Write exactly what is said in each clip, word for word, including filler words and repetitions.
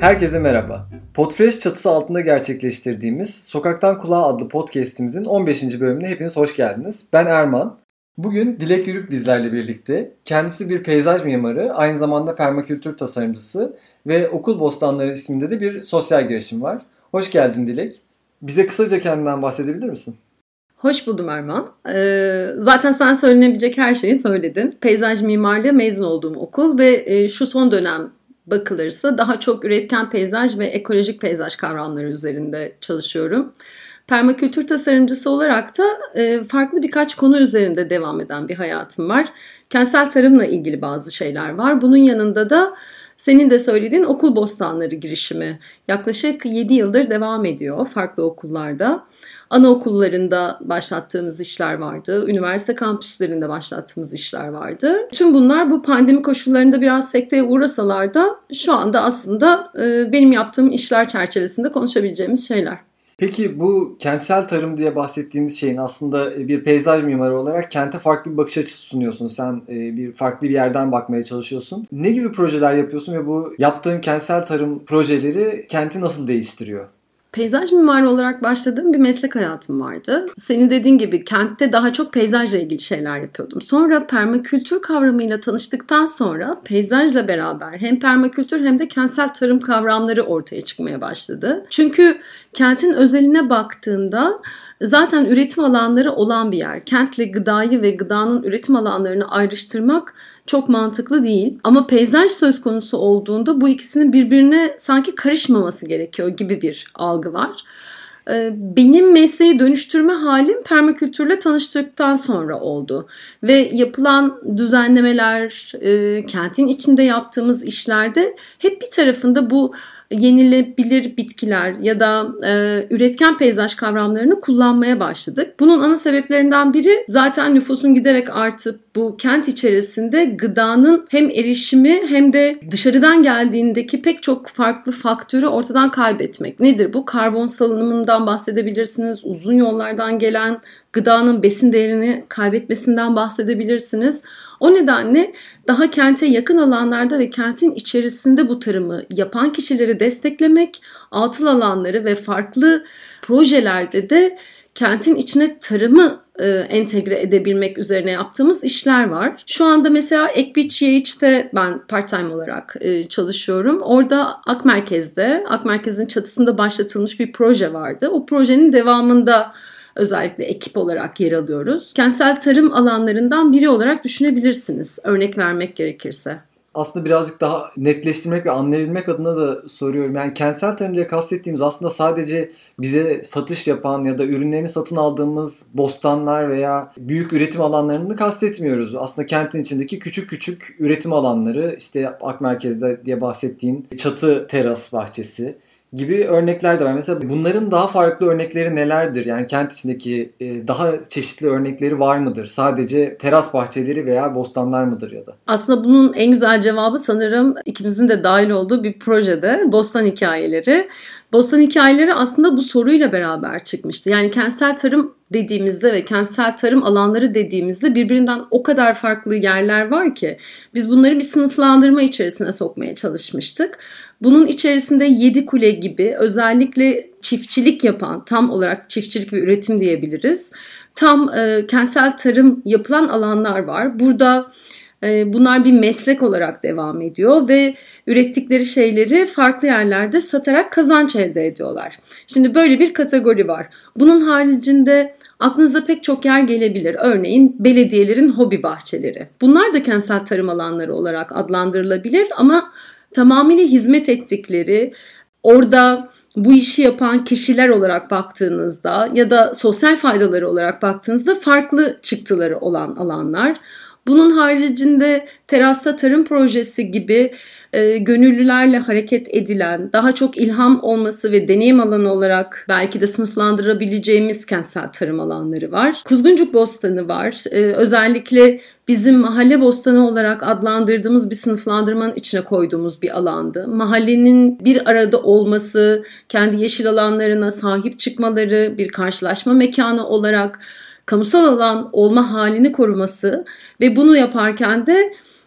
Herkese merhaba. Podfresh çatısı altında gerçekleştirdiğimiz Sokaktan Kulağa adlı podcast'imizin on beşinci bölümüne hepiniz hoş geldiniz. Ben Erman. Bugün Dilek Yürük bizlerle birlikte. Kendisi bir peyzaj mimarı, aynı zamanda permakültür tasarımcısı ve Okul Bostanları isminde de bir sosyal girişim var. Hoş geldin Dilek. Bize kısaca kendinden bahsedebilir misin? Hoş buldum Erman. Ee, zaten sen söylenebilecek her şeyi söyledin. Peyzaj mimarlığı mezun olduğum okul ve e, şu son dönem bakılırsa daha çok üretken peyzaj ve ekolojik peyzaj kavramları üzerinde çalışıyorum. Permakültür tasarımcısı olarak da e, farklı birkaç konu üzerinde devam eden bir hayatım var. Kentsel tarımla ilgili bazı şeyler var. Bunun yanında da senin de söylediğin Okul Bostanları girişimi yaklaşık yedi yıldır devam ediyor farklı okullarda. Anaokullarında başlattığımız işler vardı. Üniversite kampüslerinde başlattığımız işler vardı. Tüm bunlar bu pandemi koşullarında biraz sekteye uğrasalar da şu anda aslında e, benim yaptığım işler çerçevesinde konuşabileceğimiz şeyler. Peki bu kentsel tarım diye bahsettiğimiz şeyin aslında bir peyzaj mimarı olarak kente farklı bir bakış açısı sunuyorsun. Sen bir farklı bir yerden bakmaya çalışıyorsun. Ne gibi projeler yapıyorsun ve bu yaptığın kentsel tarım projeleri kenti nasıl değiştiriyor? Peyzaj mimarı olarak başladığım bir meslek hayatım vardı. Senin dediğin gibi kentte daha çok peyzajla ilgili şeyler yapıyordum. Sonra permakültür kavramıyla tanıştıktan sonra peyzajla beraber hem permakültür hem de kentsel tarım kavramları ortaya çıkmaya başladı. Çünkü kentin özeline baktığında zaten üretim alanları olan bir yer. Kentle gıdayı ve gıdanın üretim alanlarını ayrıştırmak çok mantıklı değil. Ama peyzaj söz konusu olduğunda bu ikisinin birbirine sanki karışmaması gerekiyor gibi bir algı var. Benim mesleği dönüştürme halim permakültürle tanıştıktan sonra oldu. Ve yapılan düzenlemeler, kentin içinde yaptığımız işlerde hep bir tarafında bu yenilebilir bitkiler ya da e, üretken peyzaj kavramlarını kullanmaya başladık. Bunun ana sebeplerinden biri zaten nüfusun giderek artıp bu kent içerisinde gıdanın hem erişimi hem de dışarıdan geldiğindeki pek çok farklı faktörü ortadan kaybetmek. Nedir bu? Karbon salınımından bahsedebilirsiniz, uzun yollardan gelen gıdanın besin değerini kaybetmesinden bahsedebilirsiniz. O nedenle daha kente yakın alanlarda ve kentin içerisinde bu tarımı yapan kişileri desteklemek, atıl alanları ve farklı projelerde de kentin içine tarımı e, entegre edebilmek üzerine yaptığımız işler var. Şu anda mesela Ekbiç Yeğiç'te ben part-time olarak e, çalışıyorum. Orada Ak Merkez'de, Ak Merkez'in çatısında başlatılmış bir proje vardı. O projenin devamında özellikle ekip olarak yer alıyoruz. Kentsel tarım alanlarından biri olarak düşünebilirsiniz, örnek vermek gerekirse. Aslında birazcık daha netleştirmek ve anlayabilmek adına da soruyorum. Yani kentsel tarım diye kastettiğimiz aslında sadece bize satış yapan ya da ürünlerini satın aldığımız bostanlar veya büyük üretim alanlarını kastetmiyoruz. Aslında kentin içindeki küçük küçük üretim alanları, işte Ak Merkez'de diye bahsettiğin çatı teras bahçesi gibi örnekler de var. Mesela bunların daha farklı örnekleri nelerdir? Yani kent içindeki daha çeşitli örnekleri var mıdır? Sadece teras bahçeleri veya bostanlar mıdır ya da? Aslında bunun en güzel cevabı sanırım ikimizin de dahil olduğu bir projede Bostan Hikayeleri. Bostan Hikayeleri aslında bu soruyla beraber çıkmıştı. Yani kentsel tarım dediğimizde ve kentsel tarım alanları dediğimizde birbirinden o kadar farklı yerler var ki biz bunları bir sınıflandırma içerisine sokmaya çalışmıştık. Bunun içerisinde Yedikule gibi özellikle çiftçilik yapan, tam olarak çiftçilik ve üretim diyebiliriz, tam e, kentsel tarım yapılan alanlar var. Burada e, bunlar bir meslek olarak devam ediyor ve ürettikleri şeyleri farklı yerlerde satarak kazanç elde ediyorlar. Şimdi böyle bir kategori var. Bunun haricinde aklınıza pek çok yer gelebilir. Örneğin belediyelerin hobi bahçeleri. Bunlar da kentsel tarım alanları olarak adlandırılabilir ama tamamıyla hizmet ettikleri, orada bu işi yapan kişiler olarak baktığınızda ya da sosyal faydaları olarak baktığınızda farklı çıktıları olan alanlar. Bunun haricinde terasta tarım projesi gibi e, gönüllülerle hareket edilen, daha çok ilham olması ve deneyim alanı olarak belki de sınıflandırabileceğimiz kentsel tarım alanları var. Kuzguncuk Bostanı var. E, özellikle bizim mahalle bostanı olarak adlandırdığımız bir sınıflandırmanın içine koyduğumuz bir alandı. Mahallenin bir arada olması, kendi yeşil alanlarına sahip çıkmaları, bir karşılaşma mekanı olarak kamusal alan olma halini koruması ve bunu yaparken de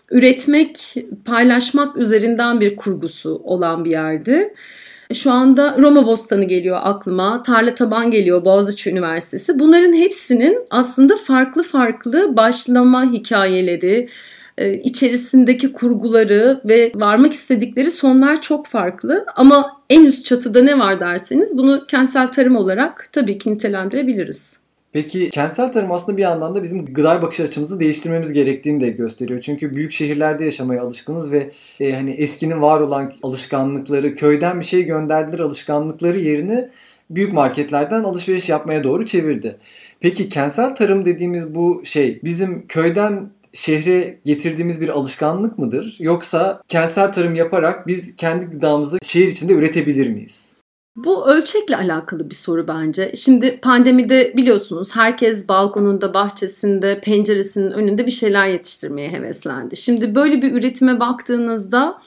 üretmek, paylaşmak üzerinden bir kurgusu olan bir yerdi. Şu anda Roma Bostanı geliyor aklıma, Tarla Taban geliyor, Boğaziçi Üniversitesi. Bunların hepsinin aslında farklı farklı başlama hikayeleri, içerisindeki kurguları ve varmak istedikleri sonlar çok farklı. Ama en üst çatıda ne var derseniz bunu kentsel tarım olarak tabii ki nitelendirebiliriz. Peki kentsel tarım aslında bir yandan da bizim gıda bakış açımızı değiştirmemiz gerektiğini de gösteriyor. Çünkü büyük şehirlerde yaşamaya alışkınız ve e, hani eskinin var olan alışkanlıkları, köyden bir şey gönderdiler alışkanlıkları yerini büyük marketlerden alışveriş yapmaya doğru çevirdi. Peki kentsel tarım dediğimiz bu şey bizim köyden şehre getirdiğimiz bir alışkanlık mıdır? Yoksa kentsel tarım yaparak biz kendi gıdamızı şehir içinde üretebilir miyiz? Bu ölçekle alakalı bir soru bence. Şimdi pandemide biliyorsunuz herkes balkonunda, bahçesinde, penceresinin önünde bir şeyler yetiştirmeye heveslendi. Şimdi böyle bir üretime baktığınızda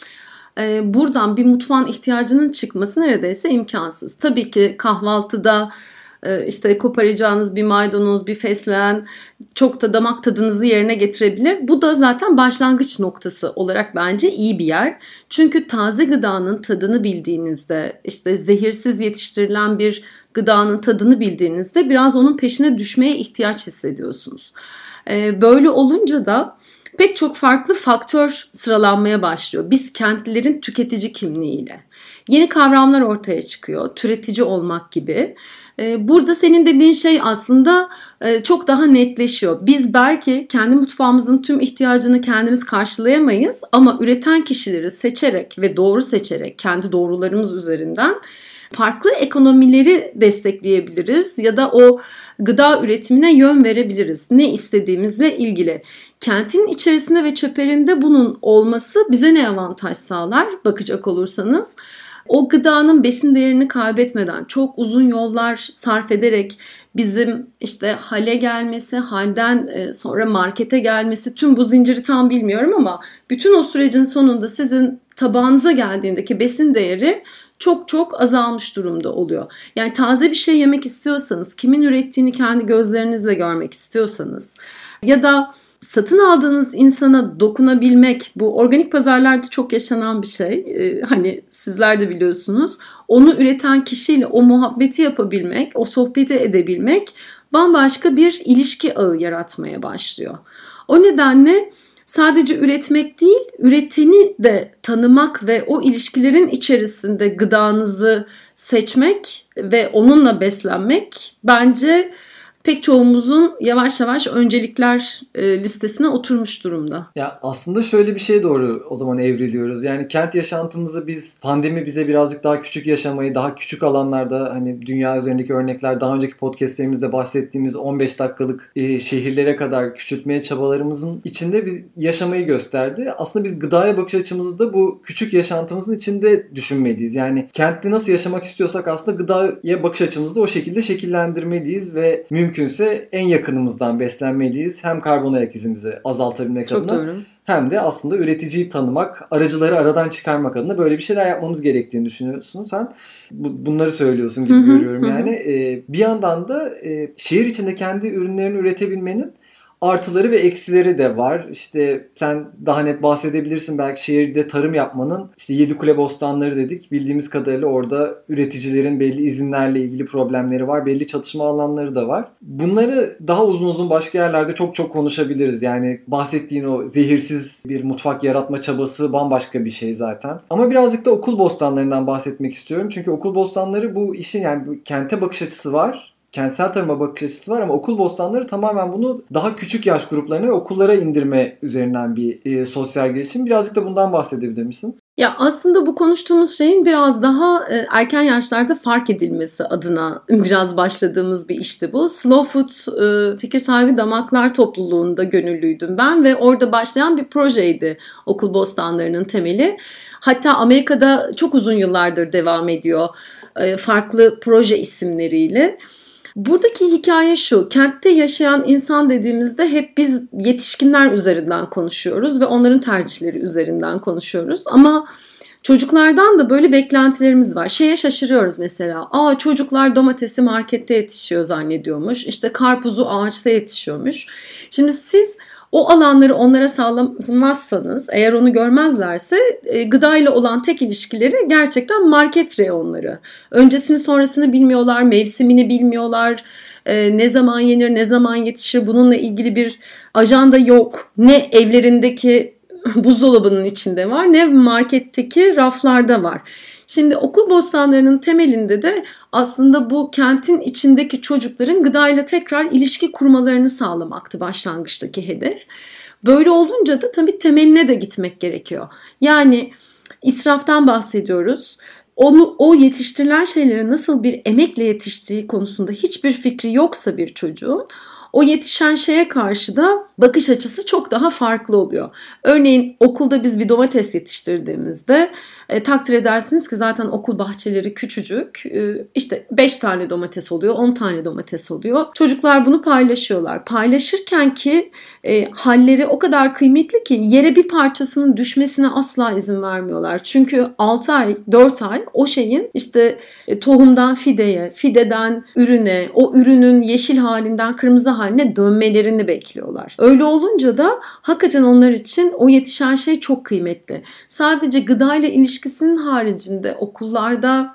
e, buradan bir mutfağın ihtiyacının çıkması neredeyse imkansız. Tabii ki kahvaltıda işte koparacağınız bir maydanoz, bir fesleğen çok da damak tadınızı yerine getirebilir. Bu da zaten başlangıç noktası olarak bence iyi bir yer. Çünkü taze gıdanın tadını bildiğinizde, işte zehirsiz yetiştirilen bir gıdanın tadını bildiğinizde biraz onun peşine düşmeye ihtiyaç hissediyorsunuz. Böyle olunca da pek çok farklı faktör sıralanmaya başlıyor. Biz kentlilerin tüketici kimliğiyle. Yeni kavramlar ortaya çıkıyor. Türetici olmak gibi. Burada senin dediğin şey aslında çok daha netleşiyor. Biz belki kendi mutfağımızın tüm ihtiyacını kendimiz karşılayamayız ama üreten kişileri seçerek ve doğru seçerek kendi doğrularımız üzerinden farklı ekonomileri destekleyebiliriz ya da o gıda üretimine yön verebiliriz. Ne istediğimizle ilgili. Kentin içerisinde ve çeperinde bunun olması bize ne avantaj sağlar bakacak olursanız? O gıdanın besin değerini kaybetmeden çok uzun yollar sarf ederek bizim işte hale gelmesi, halden sonra markete gelmesi, tüm bu zinciri tam bilmiyorum ama bütün o sürecin sonunda sizin tabağınıza geldiğindeki besin değeri çok çok azalmış durumda oluyor. Yani taze bir şey yemek istiyorsanız, kimin ürettiğini kendi gözlerinizle görmek istiyorsanız ya da satın aldığınız insana dokunabilmek, bu organik pazarlarda çok yaşanan bir şey. Ee, hani sizler de biliyorsunuz. Onu üreten kişiyle o muhabbeti yapabilmek, o sohbeti edebilmek bambaşka bir ilişki ağı yaratmaya başlıyor. O nedenle sadece üretmek değil, üreteni de tanımak ve o ilişkilerin içerisinde gıdanızı seçmek ve onunla beslenmek bence pek çoğumuzun yavaş yavaş öncelikler e, listesine oturmuş durumda. Ya aslında şöyle bir şeye doğru o zaman evriliyoruz. Yani kent yaşantımızı biz, pandemi bize birazcık daha küçük yaşamayı, daha küçük alanlarda hani dünya üzerindeki örnekler, daha önceki podcastlerimizde bahsettiğimiz on beş dakikalık e, şehirlere kadar küçültmeye çabalarımızın içinde biz yaşamayı gösterdi. Aslında biz gıdaya bakış açımızı da bu küçük yaşantımızın içinde düşünmeliyiz. Yani kentte nasıl yaşamak istiyorsak aslında gıdaya bakış açımızı da o şekilde şekillendirmeliyiz ve mümkün mümkünse en yakınımızdan beslenmeliyiz. Hem karbon ayak izimizi azaltabilmek Çok adına doğru. hem de aslında üreticiyi tanımak, aracıları aradan çıkarmak adına böyle bir şeyler yapmamız gerektiğini düşünüyorsun sen. Bu, bunları söylüyorsun gibi hı hı, görüyorum hı. yani. Ee, bir yandan da e, şehir içinde kendi ürünlerini üretebilmenin artıları ve eksileri de var. İşte sen daha net bahsedebilirsin belki şehirde tarım yapmanın. İşte Yedikule Bostanları dedik. Bildiğimiz kadarıyla orada üreticilerin belli izinlerle ilgili problemleri var. Belli çatışma alanları da var. Bunları daha uzun uzun başka yerlerde çok çok konuşabiliriz. Yani bahsettiğin o zehirsiz bir mutfak yaratma çabası bambaşka bir şey zaten. Ama birazcık da okul bostanlarından bahsetmek istiyorum. Çünkü okul bostanları bu işin yani bu kente bakış açısı var. Kentsel tarıma bakış açısı var ama okul bostanları tamamen bunu daha küçük yaş gruplarına ve okullara indirme üzerinden bir e, sosyal girişim. Birazcık da bundan bahsedebilir misin? Ya aslında bu konuştuğumuz şeyin biraz daha e, erken yaşlarda fark edilmesi adına biraz başladığımız bir işti bu. Slow Food e, fikir sahibi damaklar topluluğunda gönüllüydüm ben ve orada başlayan bir projeydi okul bostanlarının temeli. Hatta Amerika'da çok uzun yıllardır devam ediyor e, farklı proje isimleriyle. Buradaki hikaye şu, kentte yaşayan insan dediğimizde hep biz yetişkinler üzerinden konuşuyoruz ve onların tercihleri üzerinden konuşuyoruz. Ama çocuklardan da böyle beklentilerimiz var. Şeye şaşırıyoruz mesela, aa çocuklar domatesi markette yetişiyor zannediyormuş, işte karpuzu ağaçta yetişiyormuş. Şimdi siz O alanları onlara sağlamazsanız, eğer onu görmezlerse e, gıdayla olan tek ilişkileri gerçekten market reyonları. Öncesini sonrasını bilmiyorlar, mevsimini bilmiyorlar, e, ne zaman yenir, ne zaman yetişir, bununla ilgili bir ajanda yok. Ne evlerindeki buzdolabının içinde var, ne marketteki raflarda var. Şimdi okul bostanlarının temelinde de aslında bu kentin içindeki çocukların gıdayla tekrar ilişki kurmalarını sağlamaktı başlangıçtaki hedef. Böyle olunca da tabii temeline de gitmek gerekiyor. Yani israftan bahsediyoruz. Onu, o yetiştirilen şeylerin nasıl bir emekle yetiştiği konusunda hiçbir fikri yoksa bir çocuğun, o yetişen şeye karşı da bakış açısı çok daha farklı oluyor. Örneğin okulda biz bir domates yetiştirdiğimizde e, takdir edersiniz ki zaten okul bahçeleri küçücük. E, işte beş tane domates oluyor, on tane domates oluyor. Çocuklar bunu paylaşıyorlar. Paylaşırken ki e, halleri o kadar kıymetli ki yere bir parçasının düşmesine asla izin vermiyorlar. Çünkü altı ay, dört ay o şeyin işte e, tohumdan fideye, fideden ürüne, o ürünün yeşil halinden kırmızı haline dönmelerini bekliyorlar. Öyle olunca da hakikaten onlar için o yetişen şey çok kıymetli. Sadece gıdayla ilişkisinin haricinde okullarda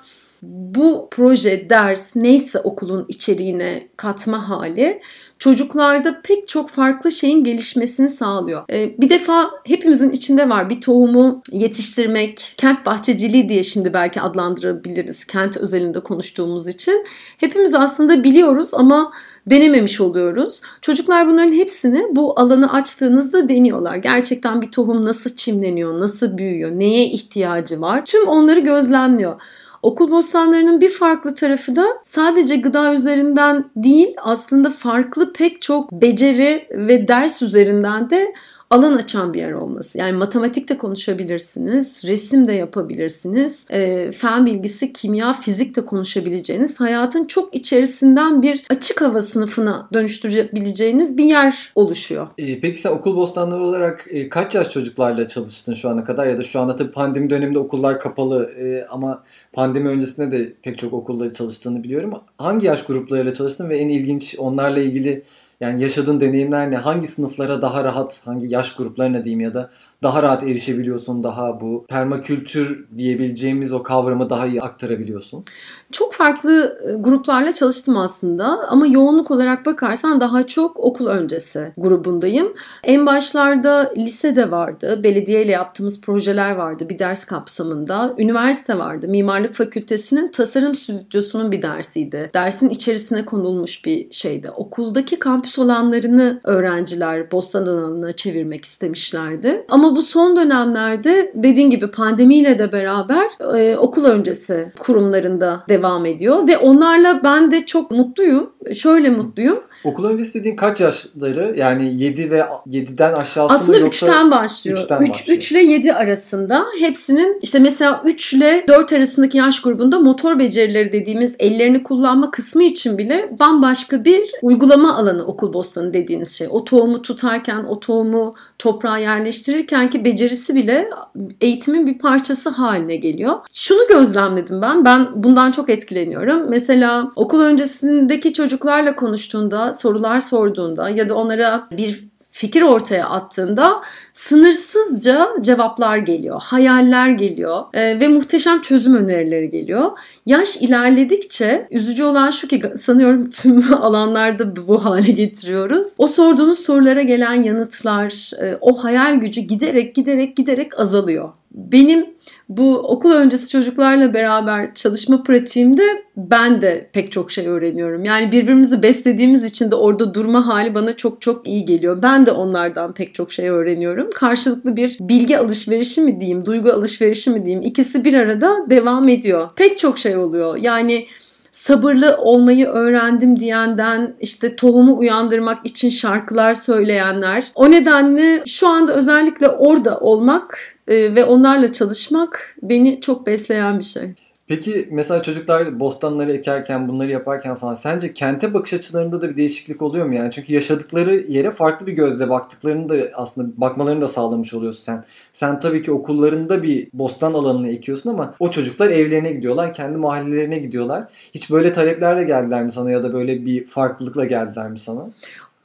bu proje, ders neyse okulun içeriğine katma hali çocuklarda pek çok farklı şeyin gelişmesini sağlıyor. Ee, bir defa hepimizin içinde var bir tohumu yetiştirmek, kent bahçeciliği diye şimdi belki adlandırabiliriz kent özelinde konuştuğumuz için. Hepimiz aslında biliyoruz ama denememiş oluyoruz. Çocuklar bunların hepsini bu alanı açtığınızda deniyorlar. Gerçekten bir tohum nasıl çimleniyor, nasıl büyüyor, neye ihtiyacı var? Tüm onları gözlemliyor. Okul bostanlarının bir farklı tarafı da sadece gıda üzerinden değil, aslında farklı pek çok beceri ve ders üzerinden de alan açan bir yer olması. Yani matematik de konuşabilirsiniz, resim de yapabilirsiniz, e, fen bilgisi, kimya, fizik de konuşabileceğiniz, hayatın çok içerisinden bir açık hava sınıfına dönüştürebileceğiniz bir yer oluşuyor. E, peki sen okul bostanları olarak e, kaç yaş çocuklarla çalıştın şu ana kadar? Ya da şu anda tabii pandemi döneminde okullar kapalı e, ama pandemi öncesinde de pek çok okulda çalıştığını biliyorum. Hangi yaş gruplarıyla çalıştın ve en ilginç onlarla ilgili yani yaşadığın deneyimler ne? Hangi sınıflara daha rahat, hangi yaş gruplarına diyeyim ya da daha rahat erişebiliyorsun, daha bu permakültür diyebileceğimiz o kavramı daha iyi aktarabiliyorsun? Çok farklı gruplarla çalıştım aslında ama yoğunluk olarak bakarsan daha çok okul öncesi grubundayım. En başlarda lisede vardı, belediyeyle yaptığımız projeler vardı bir ders kapsamında. Üniversite vardı, mimarlık fakültesinin tasarım stüdyosunun bir dersiydi. Dersin içerisine konulmuş bir şeydi. Okuldaki kampüs alanlarını öğrenciler bostan alanına çevirmek istemişlerdi. Ama bu son dönemlerde dediğin gibi pandemiyle de beraber e, okul öncesi kurumlarında devam ediyor ve onlarla ben de çok mutluyum. Şöyle mutluyum. Okul öncesi dediğin kaç yaşları? Yani yedi ve yediden aşağısı aslında mı yoksa? üçten başlıyor. üçten üç, başlıyor. üç ile yedi arasında hepsinin işte mesela üç ile dört arasındaki yaş grubunda motor becerileri dediğimiz ellerini kullanma kısmı için bile bambaşka bir uygulama alanı okul bostanı dediğiniz şey. O tohumu tutarken, o tohumu toprağa yerleştirirken ki becerisi bile eğitimin bir parçası haline geliyor. Şunu gözlemledim ben. Ben bundan çok etkileniyorum. Mesela okul öncesindeki çocuklarla konuştuğunda, sorular sorduğunda ya da onlara bir fikir ortaya attığında sınırsızca cevaplar geliyor, hayaller geliyor e, ve muhteşem çözüm önerileri geliyor. Yaş ilerledikçe üzücü olan şu ki sanıyorum tüm alanlarda bu hale getiriyoruz. O sorduğunuz sorulara gelen yanıtlar, e, o hayal gücü giderek giderek giderek azalıyor. Benim bu okul öncesi çocuklarla beraber çalışma pratiğimde ben de pek çok şey öğreniyorum. Yani birbirimizi beslediğimiz için de orada durma hali bana çok çok iyi geliyor. Ben de onlardan pek çok şey öğreniyorum. Karşılıklı bir bilgi alışverişi mi diyeyim, duygu alışverişi mi diyeyim, ikisi bir arada devam ediyor. Pek çok şey oluyor. Yani sabırlı olmayı öğrendim diyenden, işte tohumu uyandırmak için şarkılar söyleyenler. O nedenle şu anda özellikle orada olmak e, ve onlarla çalışmak beni çok besleyen bir şey. Peki mesela çocuklar bostanları ekerken, bunları yaparken falan sence kente bakış açılarında da bir değişiklik oluyor mu yani? Çünkü yaşadıkları yere farklı bir gözle baktıklarını da aslında bakmalarını da sağlamış oluyorsun sen. Sen tabii ki okullarında bir bostan alanını ekiyorsun ama o çocuklar evlerine gidiyorlar, kendi mahallelerine gidiyorlar. Hiç böyle taleplerle geldiler mi sana ya da böyle bir farklılıkla geldiler mi sana?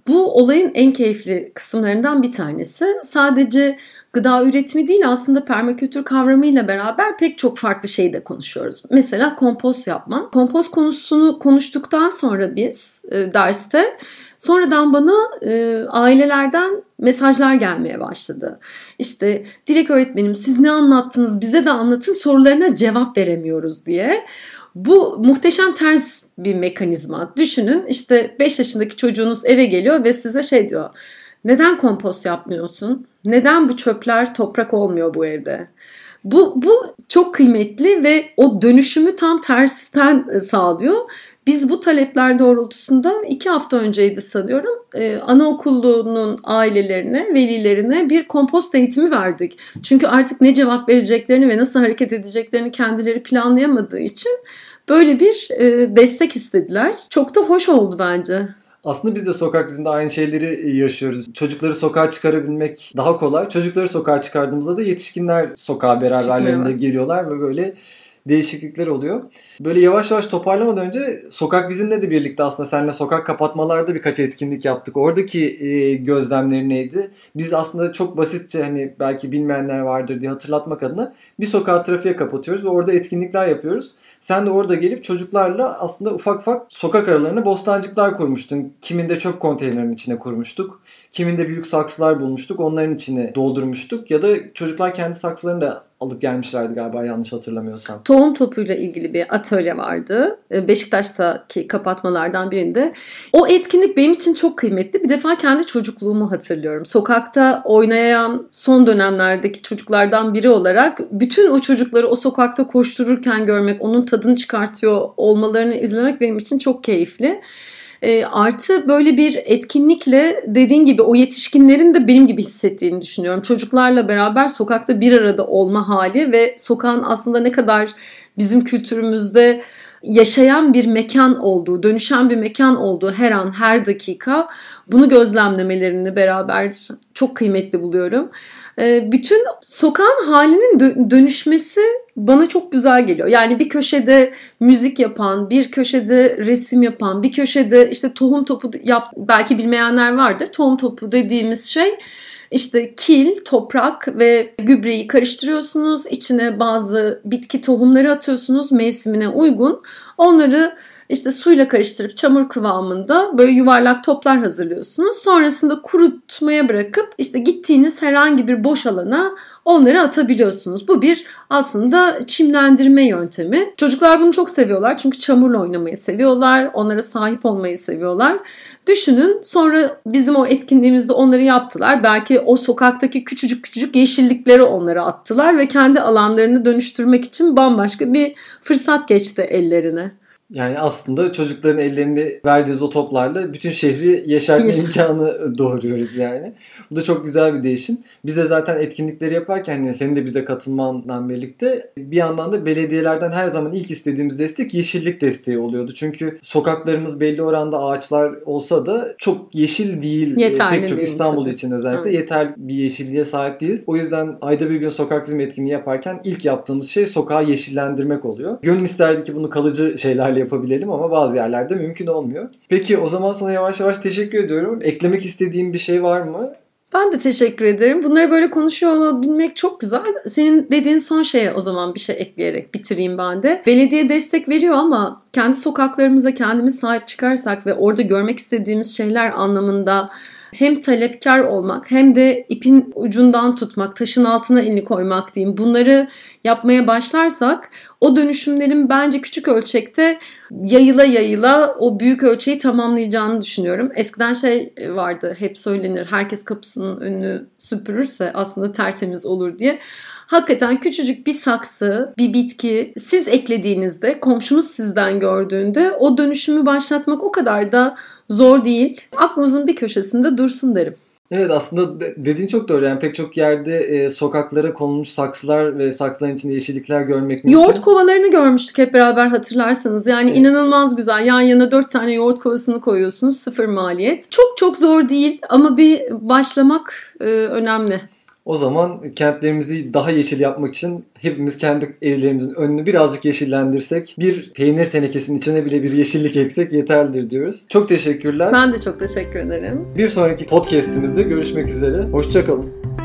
Bu olayın en keyifli kısımlarından bir tanesi. Sadece gıda üretimi değil, aslında permakültür kavramıyla beraber pek çok farklı şey de konuşuyoruz. Mesela kompost yapma. Kompost konusunu konuştuktan sonra biz e, derste sonradan bana e, ailelerden mesajlar gelmeye başladı. İşte Dilek öğretmenim, siz ne anlattınız, bize de anlatın, sorularına cevap veremiyoruz diye. Bu muhteşem ters bir mekanizma. Düşünün, işte beş yaşındaki çocuğunuz eve geliyor ve size şey diyor. Neden kompost yapmıyorsun? Neden bu çöpler toprak olmuyor bu evde? Bu, bu çok kıymetli ve o dönüşümü tam tersten sağlıyor. Biz bu talepler doğrultusunda iki hafta önceydi sanıyorum, ee, anaokulunun ailelerine, velilerine bir kompost eğitimi verdik. Çünkü artık ne cevap vereceklerini ve nasıl hareket edeceklerini kendileri planlayamadığı için böyle bir e, destek istediler. Çok da hoş oldu bence. Aslında biz de sokak yüzünde aynı şeyleri yaşıyoruz. Çocukları sokağa çıkarabilmek daha kolay. Çocukları sokağa çıkardığımızda da yetişkinler sokağa beraberlerinde geliyorlar ve böyle değişiklikler oluyor. Böyle yavaş yavaş toparlamadan önce Sokak Bizim'le de birlikte aslında seninle sokak kapatmalarda birkaç etkinlik yaptık. Oradaki e, gözlemleri neydi? Biz aslında çok basitçe, hani belki bilmeyenler vardır diye hatırlatmak adına bir sokağı trafiğe kapatıyoruz ve orada etkinlikler yapıyoruz. Sen de orada gelip çocuklarla aslında ufak ufak sokak aralarına bostancıklar kurmuştun. Kiminde çöp konteynerinin içine kurmuştuk. Kiminde büyük saksılar bulmuştuk. Onların içine doldurmuştuk. Ya da çocuklar kendi saksılarını da alıp gelmişlerdi galiba, yanlış hatırlamıyorsam. Tohum topuyla ilgili bir atölye vardı. Beşiktaş'taki kapatmalardan birinde. O etkinlik benim için çok kıymetli. Bir defa kendi çocukluğumu hatırlıyorum. Sokakta oynayan son dönemlerdeki çocuklardan biri olarak bütün o çocukları o sokakta koştururken görmek, onun tadını çıkartıyor olmalarını izlemek benim için çok keyifli. E, artı böyle bir etkinlikle dediğin gibi o yetişkinlerin de benim gibi hissettiğini düşünüyorum. Çocuklarla beraber sokakta bir arada olma hali ve sokağın aslında ne kadar bizim kültürümüzde yaşayan bir mekan olduğu, dönüşen bir mekan olduğu her an, her dakika bunu gözlemlemelerini beraber çok kıymetli buluyorum. Bütün sokağın halinin dönüşmesi bana çok güzel geliyor. Yani bir köşede müzik yapan, bir köşede resim yapan, bir köşede işte tohum topu yap, belki bilmeyenler vardır. Tohum topu dediğimiz şey işte kil, toprak ve gübreyi karıştırıyorsunuz. İçine bazı bitki tohumları atıyorsunuz mevsimine uygun. Onları İşte suyla karıştırıp çamur kıvamında böyle yuvarlak toplar hazırlıyorsunuz. Sonrasında kurutmaya bırakıp işte gittiğiniz herhangi bir boş alana onları atabiliyorsunuz. Bu bir aslında çimlendirme yöntemi. Çocuklar bunu çok seviyorlar çünkü çamurla oynamayı seviyorlar. Onlara sahip olmayı seviyorlar. Düşünün, sonra bizim o etkinliğimizde onları yaptılar. Belki o sokaktaki küçücük küçücük yeşillikleri onlara attılar ve kendi alanlarını dönüştürmek için bambaşka bir fırsat geçti ellerine. Yani aslında çocukların ellerinde verdiğiniz o toplarla bütün şehri yeşertme Yeşil. imkanı doğuruyoruz yani. Bu da çok güzel bir değişim. Biz de zaten etkinlikleri yaparken yani senin de bize katılmanla birlikte bir yandan da belediyelerden her zaman ilk istediğimiz destek yeşillik desteği oluyordu. Çünkü sokaklarımız belli oranda ağaçlar olsa da çok yeşil değil. Yeterli Pek çok değil İstanbul tabii. için özellikle Evet. yeterli bir yeşilliğe sahip değiliz. O yüzden ayda bir gün Sokak Bizim etkinliği yaparken ilk yaptığımız şey sokağı yeşillendirmek oluyor. Gönül isterdi ki bunu kalıcı şeylerle yapabilelim ama bazı yerlerde mümkün olmuyor. Peki o zaman sana yavaş yavaş teşekkür ediyorum. Eklemek istediğin bir şey var mı? Ben de teşekkür ederim. Bunları böyle konuşuyor olabilmek çok güzel. Senin dediğin son şeye o zaman bir şey ekleyerek bitireyim ben de. Belediye destek veriyor ama kendi sokaklarımıza kendimiz sahip çıkarsak ve orada görmek istediğimiz şeyler anlamında hem talepkar olmak hem de ipin ucundan tutmak, taşın altına elini koymak diyeyim. Bunları yapmaya başlarsak o dönüşümlerin bence küçük ölçekte yayıla yayıla o büyük ölçeği tamamlayacağını düşünüyorum. Eskiden şey vardı, hep söylenir, herkes kapısının önünü süpürürse aslında tertemiz olur diye. Hakikaten küçücük bir saksı, bir bitki siz eklediğinizde, komşunuz sizden gördüğünde o dönüşümü başlatmak o kadar da zor değil. Aklımızın bir köşesinde dursun derim. Evet, aslında dediğin çok doğru. Yani pek çok yerde e, sokaklara konulmuş saksılar ve saksıların içinde yeşillikler görmek mümkün. Yoğurt kovalarını görmüştük hep beraber, hatırlarsanız. Yani evet. inanılmaz güzel. Yan yana dört tane yoğurt kovasını koyuyorsunuz. Sıfır maliyet. Çok çok zor değil ama bir başlamak e, önemli. O zaman kentlerimizi daha yeşil yapmak için hepimiz kendi evlerimizin önünü birazcık yeşillendirsek, bir peynir tenekesinin içine bile bir yeşillik eksek yeterlidir diyoruz. Çok teşekkürler. Ben de çok teşekkür ederim. Bir sonraki podcast'imizde görüşmek üzere. Hoşça kalın.